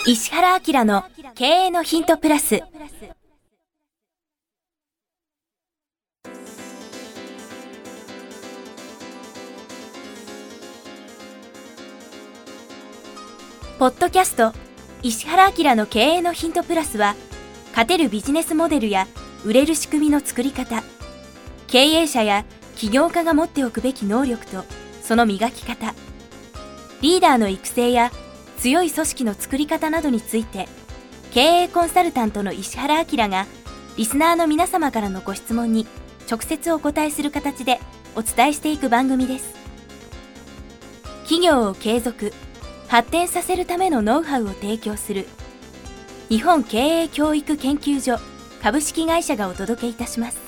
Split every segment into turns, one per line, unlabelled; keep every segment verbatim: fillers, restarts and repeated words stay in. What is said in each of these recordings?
石原明の経営のヒントプラス。ポッドキャスト石原明の経営のヒントプラスは、勝てるビジネスモデルや売れる仕組みの作り方、経営者や起業家が持っておくべき能力とその磨き方、リーダーの育成や強い組織の作り方などについて、経営コンサルタントの石原明がリスナーの皆様からのご質問に直接お答えする形でお伝えしていく番組です。企業を継続発展させるためのノウハウを提供する日本経営教育研究所株式会社がお届けいたします。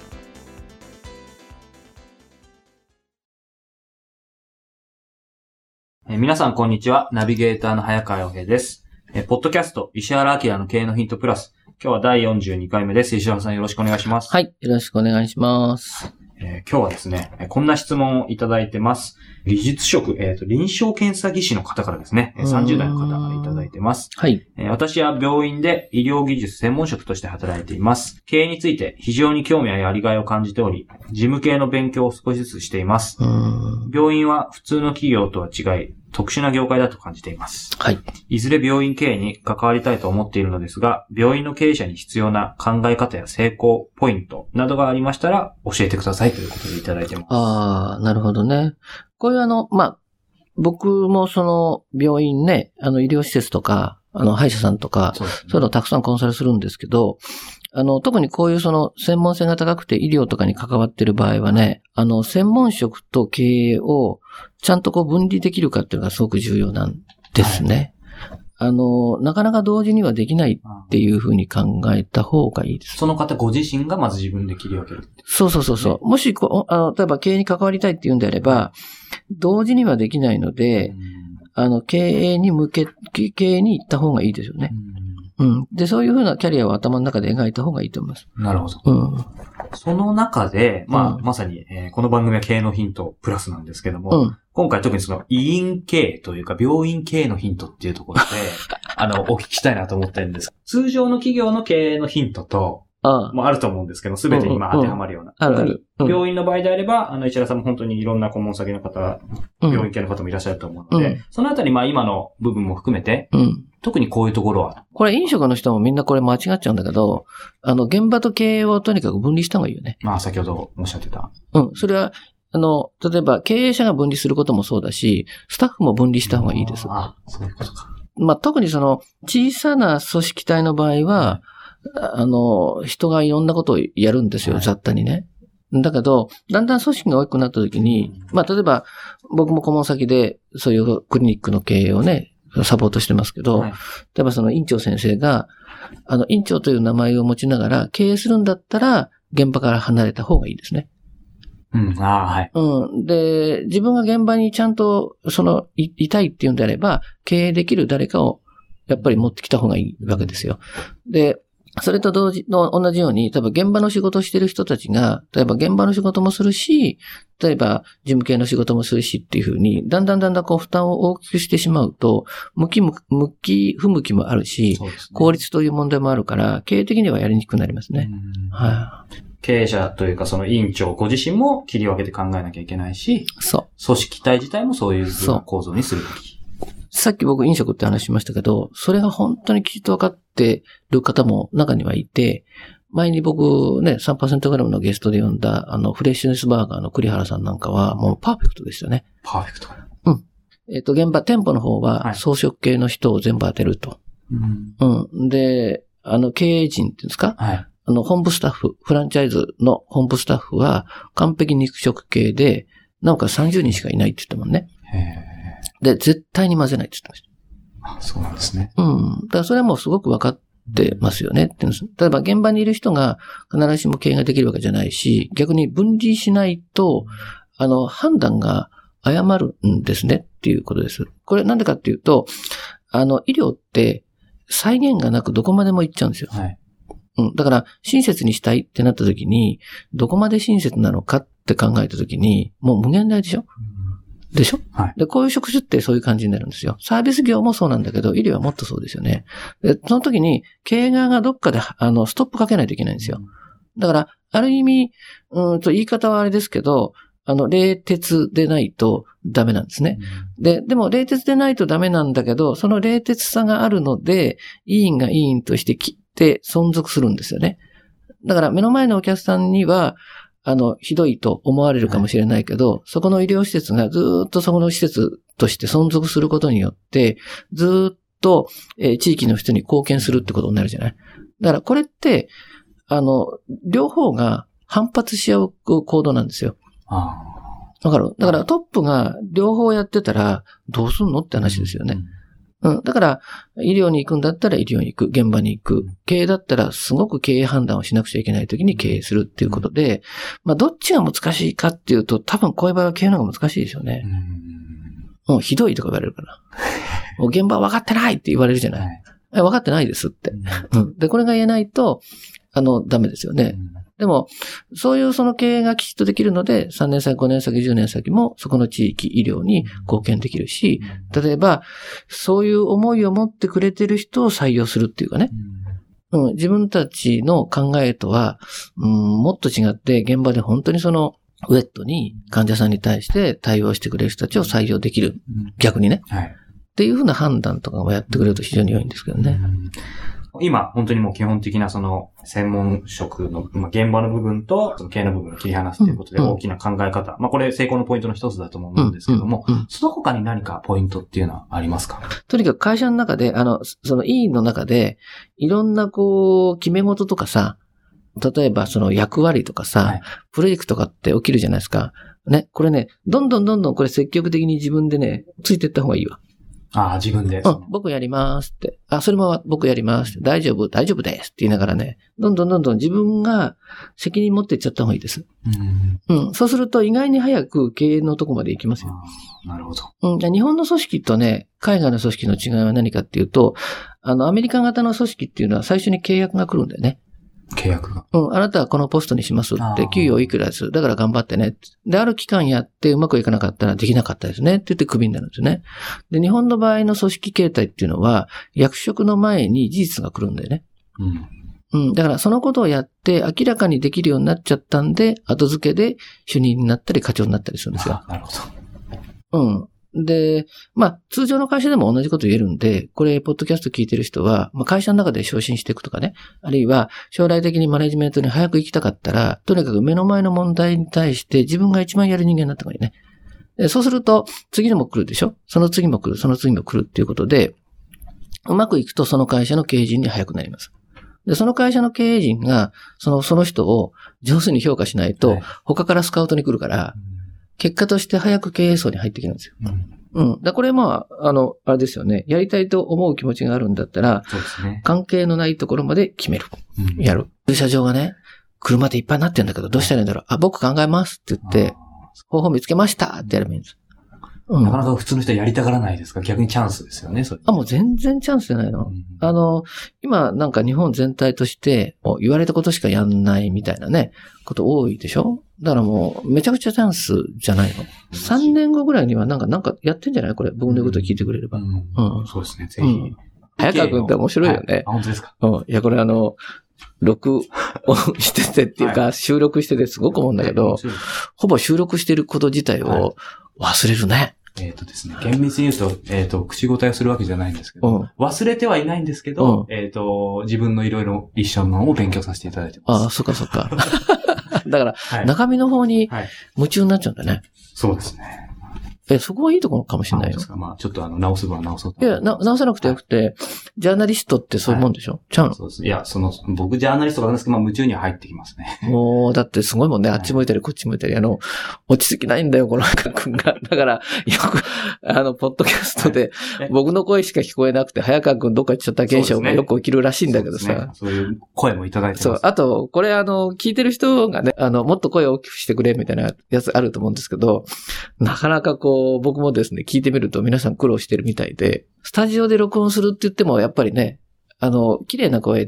えー、皆さんこんにちは。ナビゲーターの早川洋平です。えー、ポッドキャスト石原明の経営のヒントプラス。今日はだいよんじゅうにかいめです。石原さんよろしくお願いします。
はい、よろしくお願いします。
えー、今日はですね、こんな質問をいただいてます。技術職、えっと、臨床検査技師の方からですね、さんじゅう代の方からいただいてます。
はい。
えー、私は病院で医療技術専門職として働いています。経営について非常に興味ややりがいを感じており、事務系の勉強を少しずつしています。病院は普通の企業とは違い、特殊な業界だと感じています。
はい。
いずれ病院経営に関わりたいと思っているのですが、病院の経営者に必要な考え方や成功ポイントなどがありましたら教えてくださいということでいただいてます。
ああ、なるほどね。こういうあの、まあ、僕もその病院ね、あの医療施設とか、あの歯医者さんとか、そうですね、そういうのをたくさんコンサルするんですけど、あの、特にこういうその専門性が高くて医療とかに関わっている場合はね、あの、専門職と経営をちゃんとこう分離できるかっていうのがすごく重要なんですね。はい、あの、なかなか同時にはできないっていうふうに考えた方がいいです。
その方ご自身がまず自分で切り分ける。
そうそうそうそう。もしこう、あの、例えば経営に関わりたいっていうんであれば、同時にはできないので、あの、経営に向け、経営に行った方がいいですよね。うん。で、そういうふうなキャリアを頭の中で描いた方がいいと思います。
なるほど。
うん。
その中で、まあ、うん、まさに、えー、この番組は経営のヒントプラスなんですけども、うん、今回特にその医院経営というか病院経営のヒントっていうところで、あの、お聞きしたいなと思ってるんです。通常の企業の経営のヒントと、ああもうあると思うんですけど、すべてにまあ当てはまるような。
うんうん、あるある。
うん、病院の場合であれば、あの、石原さんも本当にいろんな顧問先の方、うん、病院系の方もいらっしゃると思うので、うん、そのあたりまあ今の部分も含めて、うん、特にこういうところは。
これ飲食の人もみんなこれ間違っちゃうんだけど、あの、現場と経営をとにかく分離した方がいいよね。
まあ先ほどおっしゃってた。
うん。それは、あの、例えば経営者が分離することもそうだし、スタッフも分離した方がいいです。
ああ、そういうことか。
まあ特にその、小さな組織体の場合は、あの、人がいろんなことをやるんですよ、はい、雑多にね。だけど、だんだん組織が大きくなった時に、まあ例えば、僕も顧問先でそういうクリニックの経営をね、サポートしてますけど、はい、例えばその院長先生が、あの、院長という名前を持ちながら経営するんだったら、現場から離れた方がいいですね。
うん、ああ、はい。
うん。で、自分が現場にちゃんと、その、い、いたいっていうんであれば、経営できる誰かを、やっぱり持ってきた方がいいわけですよ。で、それと同時の、同じように、例えば現場の仕事をしている人たちが、例えば現場の仕事もするし、例えば事務系の仕事もするしっていうふうに、だんだんだんだんこう負担を大きくしてしまうと、向き、向き、不向きもあるし、ね、効率という問題もあるから、経営的にはやりにくくなりますね。
はい、経営者というかその委員長ご自身も切り分けて考えなきゃいけないし、
そう。
組織体自体もそういう構造にするべき。
さっき僕飲食って話しましたけど、それが本当にきちっと分かってる方も中にはいて、前に僕ね、さんパーセント グラムのゲストで呼んだ、あの、フレッシュネスバーガーの栗原さんなんかは、もうパーフェクトでしたね。
パーフェクト。
うん。えっと、現場、店舗の方は、装飾系の人を全部当てると。うん。うん。で、あの、経営陣っていうんですか？はい。あの、本部スタッフ、フランチャイズの本部スタッフは、完璧肉食系で、なおかつさんじゅうにんしかいないって言ったもんね。へー。で、絶対に混ぜないって言ってました。
あ、そうなんですね。
うん。だからそれはもうすごく分かってますよねって言うんです。例えば現場にいる人が必ずしも経営ができるわけじゃないし、逆に分離しないと、あの、判断が誤るんですねっていうことです。これなんでかっていうと、あの、医療って再現がなくどこまでも行っちゃうんですよ。はい。うん。だから、親切にしたいってなった時に、どこまで親切なのかって考えた時に、もう無限大でしょ？ でしょ？
はい。
で、こういう職種ってそういう感じになるんですよ。サービス業もそうなんだけど、医療はもっとそうですよね。で、その時に、経営側がどっかで、あの、ストップかけないといけないんですよ。だから、ある意味、うんと、言い方はあれですけど、あの、冷徹でないとダメなんですね。うん、で、でも冷徹でないとダメなんだけど、その冷徹さがあるので、医院が医院として切って存続するんですよね。だから目の前のお客さんには、あの、ひどいと思われるかもしれないけど、はい、そこの医療施設がずーっとそこの施設として存続することによって、ずーっと、えー、地域の人に貢献するってことになるじゃない。だからこれって、あの、両方が反発し合う行動なんですよ。
あ
あ。わかる？だからトップが両方やってたらどうすんのって話ですよね。うん。うん。だから、医療に行くんだったら医療に行く。現場に行く。経営だったらすごく経営判断をしなくちゃいけないときに経営するっていうことで、まあどっちが難しいかっていうと多分こういう場合は経営の方が難しいですよね。うん。もうひどいとか言われるから。もう現場分かってないって言われるじゃない。はい、分かってないですって。うん。で、これが言えないと、あの、ダメですよね。うんでも、そういうその経営がきちっとできるので、さんねん先、ごねん先、じゅうねん先も、そこの地域、医療に貢献できるし、例えば、そういう思いを持ってくれてる人を採用するっていうかね。うん、自分たちの考えとは、うん、もっと違って、現場で本当にその、ウェットに患者さんに対して対応してくれる人たちを採用できる。逆にね。はい。っていうふうな判断とかをやってくれると非常に良いんですけどね。うん
今、本当にもう基本的なその、専門職の、まあ、現場の部分と、その経営の部分を切り離すということで、大きな考え方。うん、まあ、これ成功のポイントの一つだと思うんですけども、うんうんうん、その他に何かポイントっていうのはありますか？
とにかく会社の中で、あの、その委員の中で、いろんなこう、決め事とかさ、例えばその役割とかさ、はい、プロジェクトとかって起きるじゃないですか。ね、これね、どんどんどんどんこれ積極的に自分でね、ついていった方がいいわ。
ああ、自分で。
うん、僕やりますって。あ、それも僕やりますって。大丈夫、大丈夫ですって言いながらね、どんどんどんどん自分が責任持っていっちゃった方がいいです。うん。うん。そうすると意外に早く経営のとこまで行きますよ。
なるほど。
うん。日本の組織とね、海外の組織の違いは何かっていうと、あの、アメリカ型の組織っていうのは最初に契約が来るんだよね。
契約が。
うん、あなたはこのポストにしますって、給与いくらです。だから頑張ってね。で、ある期間やってうまくいかなかったらできなかったですねって言ってクビになるんですね。で、日本の場合の組織形態っていうのは、役職の前に事実が来るんだよね。うん。うん。だからそのことをやって明らかにできるようになっちゃったんで、後付けで主任になったり課長になったりするんですよ。
なるほど。
うん。で、まあ、通常の会社でも同じこと言えるんで、これ、ポッドキャスト聞いてる人は、まあ、会社の中で昇進していくとかね、あるいは、将来的にマネジメントに早く行きたかったら、とにかく目の前の問題に対して自分が一番やる人間になった方がいいね。でそうすると、次のも来るでしょ？その次も来る、その次も来るっていうことで、うまくいくとその会社の経営陣に早くなります。で、その会社の経営陣が、その、その人を上手に評価しないと、はい、他からスカウトに来るから、うん結果として早く経営層に入ってきるんですよ。うん。うん。だこれまあ、あの、あれですよね。やりたいと思う気持ちがあるんだったら、
そうですね。
関係のないところまで決める。うん、やる。駐車場がね、車でいっぱいになってるんだけど、どうしたらいいんだろう。あ、僕考えますって言って、方法見つけましたってやればいいんです。
うん、なかなか普通の人はやりたがらないですから、逆にチャンスですよね、それ。
あ、もう全然チャンスじゃないの。うん、あの、今なんか日本全体として、言われたことしかやんないみたいなね、こと多いでしょ？だからもう、めちゃくちゃチャンスじゃないの。さんねんごぐらいにはなんか、なんかやってんじゃないこれ。僕の言うこと聞いてくれれば。うん
うん、そうですね、ぜひ。うん、
早川くんって面白いよね。はい、
あ、本当ですか？
うん。いや、これあの、録音しててっていうか、はい、収録しててすごく思うんだけど、はい、ほぼ収録してること自体を忘れるね。はい
えっ、ー、とですね、厳密に言うと、えっ、ー、と、口答えをするわけじゃないんですけど、うん、忘れてはいないんですけど、うん、えっ、ー、と、自分のいろいろ一緒のを勉強させていただいてます。
ああ、そっかそっか。だから、はい、中身の方に夢中になっちゃうんだね。はい、
そうですね。
え、そこはいいところかもしれないよ。
ですか。まあ、ちょっとあの、直す分は直そうと。
いや、な、直さなくてよくて、はい、ジャーナリストってそういうもんでしょ、はい、ちゃうの？
そうです。いや、その、僕ジャーナリストなんですけど、まあ、夢中には入ってきますね。
もう、だってすごいもんね。あっち向いたり、こっち向いたり、あの、落ち着きないんだよ、この赤くんが。だから、よく、あの、ポッドキャストで、僕の声しか聞こえなくて、早川くんどっか行っちゃった現象がよく起きるらしいんだけどさ。
そうですね。そういう声もいただいてます。そう。
あと、これあの、聞いてる人がね、あの、もっと声を大きくしてくれ、みたいなやつあると思うんですけど、なかなかこう、僕もですね、聞いてみると皆さん苦労してるみたいで、スタジオで録音するって言ってもやっぱりね、あの、綺麗な声で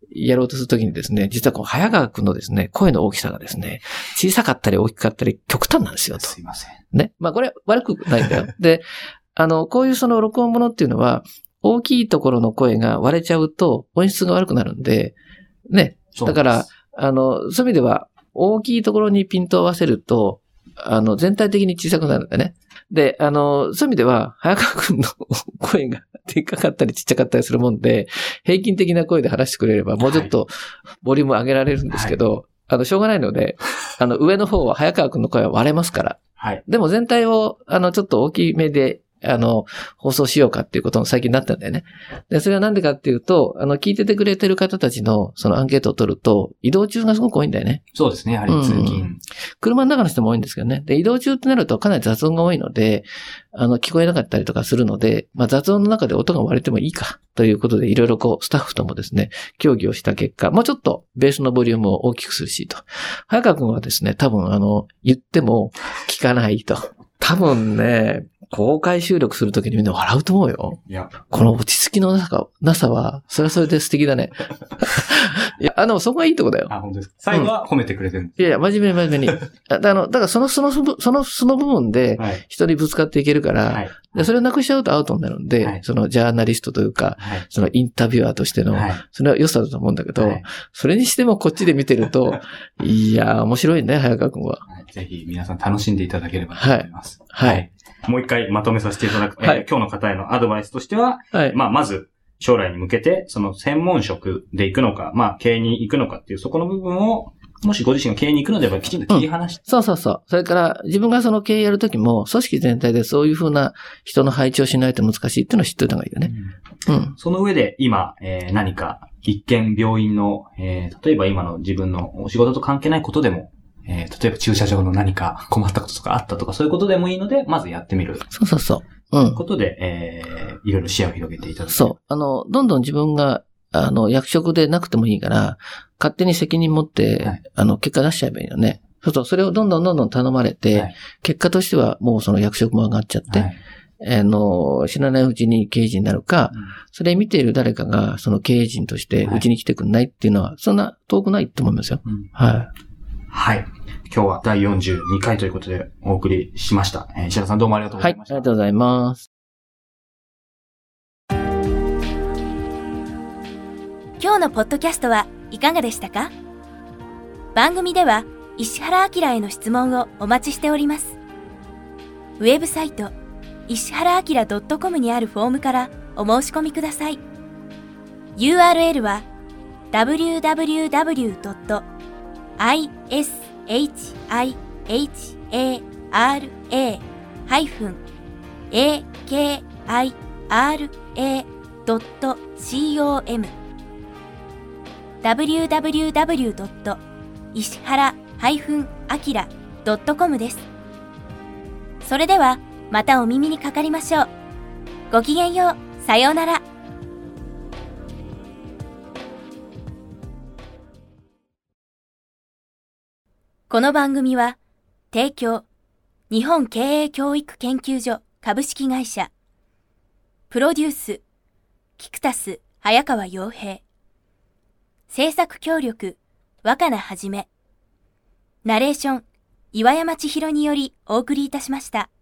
やろうとするときにですね、実はこう、早川くんのですね、声の大きさがですね、小さかったり大きかったり極端なんですよと。
すいません。
ね。まあこれ悪くないんだよ。で、あの、こういうその録音ものっていうのは、大きいところの声が割れちゃうと音質が悪くなるんで、ね。だから、あの、そういう意味では、大きいところにピントを合わせると、あの、全体的に小さくなるんだね。で、あの、そういう意味では、早川くんの声がでっかかったりちっちゃかったりするもんで、平均的な声で話してくれれば、もうちょっとボリューム上げられるんですけど、はい、あの、しょうがないので、あの、上の方は早川くんの声は割れますから。はい。でも全体を、あの、ちょっと大きめで、あの、放送しようかっていうことも最近なったんだよね。で、それはなんでかっていうと、あの、聞いててくれてる方たちの、そのアンケートを取ると、移動中がすごく多いんだよね。
そうですね、やはり通勤、うん。
車の中の人も多いんですけどね。で、移動中ってなるとかなり雑音が多いので、あの、聞こえなかったりとかするので、まあ、雑音の中で音が割れてもいいか、ということで、いろいろこう、スタッフともですね、協議をした結果、もうちょっと、ベースのボリュームを大きくするし、と。早川くんはですね、多分、あの、言っても聞かないと。多分ね、公開収録するときにみんな笑うと思うよ。いや。この落ち着きのなさ、なさは、それはそれで素敵だね。いや、あの、そこがいいとこだよ。
あ、本当ですか。最後は褒めてくれてるんです、
うん。いやいや、真面目に真面目に。あだ, のだからその、その、その、その部分で、人にぶつかっていけるから、はい、でそれをなくしちゃうとアウトになるんで、はい、その、ジャーナリストというか、はい、その、インタビュアーとしての、はい、それは良さだと思うんだけど、はい、それにしてもこっちで見てると、いやー、面白いね、早川くんは、
はい。ぜひ、皆さん楽しんでいただければと思います。
はい。はい。はい、も
う一回まとめさせていただく、はい、えー、今日の方へのアドバイスとしては、はい、まあ、まず、将来に向けて、その専門職で行くのか、まあ、経営に行くのかっていう、そこの部分を、もしご自身が経営に行くのであれば、きちんと切り離して、うん。
そうそうそう。それから、自分がその経営やるときも、組織全体でそういうふうな人の配置をしないと難しいっていうのを知っておいた方がいいよね。
うん。うん、その上で、今、えー、何か、一見病院の、えー、例えば今の自分のお仕事と関係ないことでも、えー、例えば駐車場の何か困ったこととかあったとか、そういうことでもいいので、まずやってみる。
そうそうそう。
うん。ことで、えー、いろいろ視野を広げていただく。
そう。あの、どんどん自分が、あの、役職でなくてもいいから、勝手に責任持って、はい、あの、結果出しちゃえばいいよね。そうそう、それをどんどんどんどん頼まれて、はい、結果としてはもうその役職も上がっちゃって、はい、あの、知らないうちに経営陣になるか、うん、それ見ている誰かがその経営陣としてうちに来てくんないっていうのは、はい、そんな遠くないと思いますよ。うん、はい。
はい。今日はだいよんじゅうにかいということでお送りしました。えー、石田さんどうもありがとうございました。
はい、ありがとうございます。
今日のポッドキャストはいかがでしたか？番組では石原明への質問をお待ちしております。ウェブサイト石原明 .com にあるフォームからお申し込みください。ユーアールエル は ダブリューダブリューダブリュードットアイエスエイチアイエイチエーアールエー ハイフン エーケーアイアールエー ドット コム ダブリューダブリューダブリュードット石原 アキラ ドットコム です。それではまたお耳にかかりましょう。ごきげんよう。さようなら。この番組は提供日本経営教育研究所株式会社プロデュースキクタス早川洋平制作協力若菜はじめナレーション岩山千尋によりお送りいたしました。